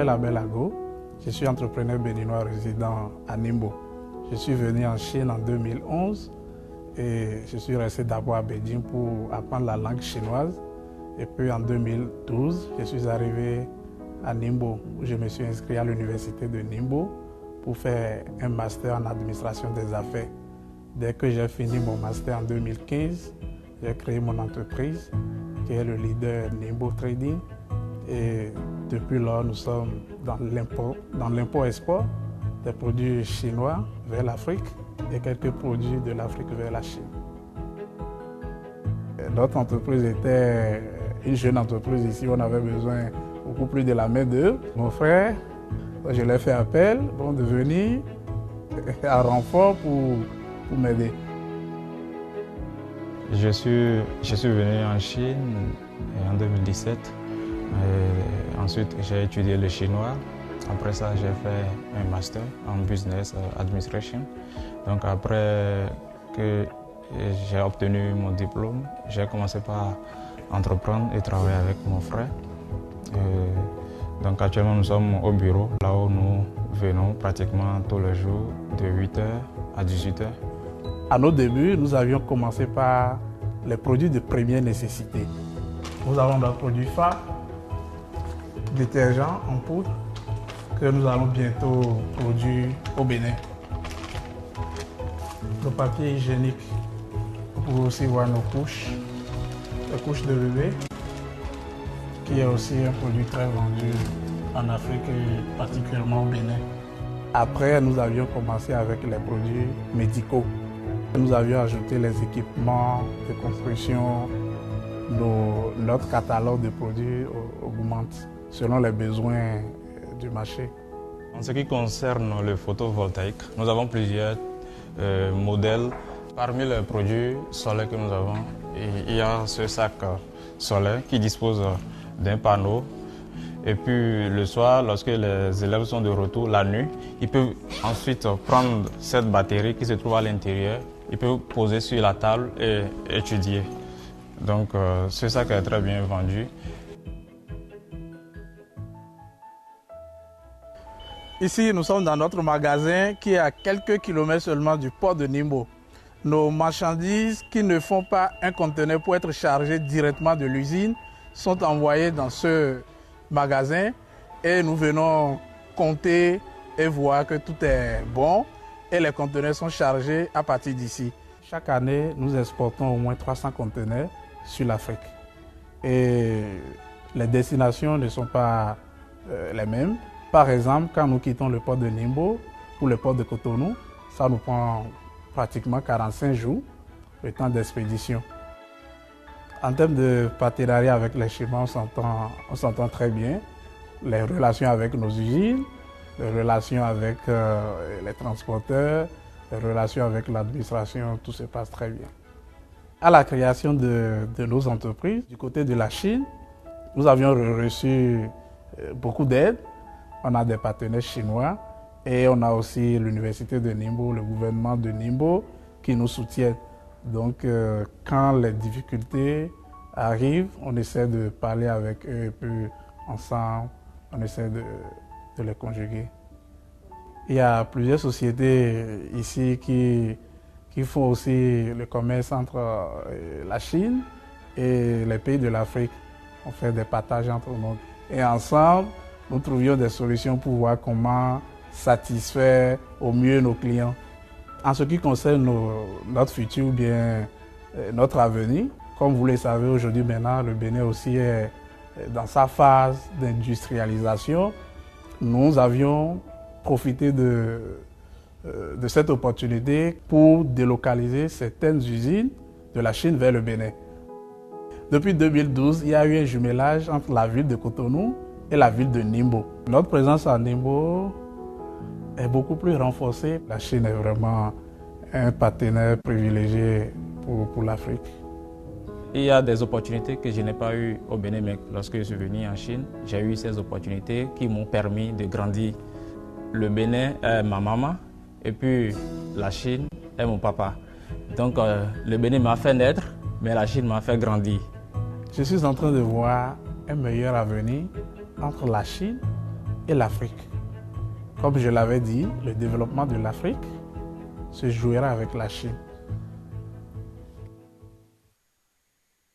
m'appelle Abel Ago. Je suis entrepreneur béninois résident à Ningbo. Je suis venu en Chine en 2011 et je suis resté d'abord à Beijing pour apprendre la langue chinoise. Et puis en 2012, je suis arrivé à Ningbo où je me suis inscrit à l'université de Ningbo pour faire un master en administration des affaires. Dès que j'ai fini mon master en 2015, j'ai créé mon entreprise qui est le leader Ningbo Trading. Et depuis lors, nous sommes dans l'import-export des produits chinois vers l'Afrique et quelques produits de l'Afrique vers la Chine. Notre entreprise était une jeune entreprise ici, on avait besoin beaucoup plus de la main-d'œuvre. Mon frère, je lui ai fait appel de venir à renfort pour m'aider. Je suis venu en Chine en 2017. Et ensuite, j'ai étudié le chinois. Après ça, j'ai fait un master en business administration. Donc après que j'ai obtenu mon diplôme, j'ai commencé par entreprendre et travailler avec mon frère. Donc actuellement, nous sommes au bureau, là où nous venons pratiquement tous les jours de 8h à 18h. À nos débuts, nous avions commencé par les produits de première nécessité. Nous avons nos produits phares, détergents en poudre que nous allons bientôt produire au Bénin. Le papier hygiénique, vous pouvez aussi voir nos couches, les couches de bébé, qui est aussi un produit très vendu en Afrique et particulièrement au Bénin. Après, nous avions commencé avec les produits médicaux. Nous avions ajouté les équipements de construction. Notre catalogue de produits augmente selon les besoins du marché. En ce qui concerne le photovoltaïque, nous avons plusieurs modèles. Parmi les produits solaires que nous avons, il y a ce sac solaire qui dispose d'un panneau. Et puis le soir, lorsque les élèves sont de retour la nuit, ils peuvent ensuite prendre cette batterie qui se trouve à l'intérieur, ils peuvent poser sur la table et étudier. Donc ce sac est très bien vendu. Ici, nous sommes dans notre magasin qui est à quelques kilomètres seulement du port de Ningbo. Nos marchandises qui ne font pas un conteneur pour être chargées directement de l'usine sont envoyées dans ce magasin et nous venons compter et voir que tout est bon et les conteneurs sont chargés à partir d'ici. Chaque année, nous exportons au moins 300 conteneurs sur l'Afrique. Et les destinations ne sont pas les mêmes. Par exemple, quand nous quittons le port de Ningbo ou le port de Cotonou, ça nous prend pratiquement 45 jours, le temps d'expédition. En termes de partenariat avec les Chinois, on s'entend très bien. Les relations avec nos usines, les relations avec les transporteurs, les relations avec l'administration, tout se passe très bien. À la création de nos entreprises, du côté de la Chine, nous avions reçu beaucoup d'aide. On a des partenaires chinois et on a aussi l'université de Ningbo, le gouvernement de Ningbo qui nous soutient. Donc quand les difficultés arrivent, on essaie de parler avec eux et puis ensemble, on essaie de les conjuguer. Il y a plusieurs sociétés ici qui font aussi le commerce entre la Chine et les pays de l'Afrique. On fait des partages entre nous. Et ensemble, nous trouvions des solutions pour voir comment satisfaire au mieux nos clients. En ce qui concerne notre futur ou bien notre avenir, comme vous le savez aujourd'hui maintenant, le Bénin aussi est dans sa phase d'industrialisation. Nous avions profité de cette opportunité pour délocaliser certaines usines de la Chine vers le Bénin. Depuis 2012, il y a eu un jumelage entre la ville de Cotonou et la ville de Ningbo. Notre présence à Ningbo est beaucoup plus renforcée. La Chine est vraiment un partenaire privilégié pour l'Afrique. Il y a des opportunités que je n'ai pas eues au Bénin, mais lorsque je suis venu en Chine, j'ai eu ces opportunités qui m'ont permis de grandir. Le Bénin est ma maman et puis la Chine est mon papa. Donc le Bénin m'a fait naître, mais la Chine m'a fait grandir. Je suis en train de voir un meilleur avenir entre la Chine et l'Afrique. Comme je l'avais dit, le développement de l'Afrique se jouera avec la Chine.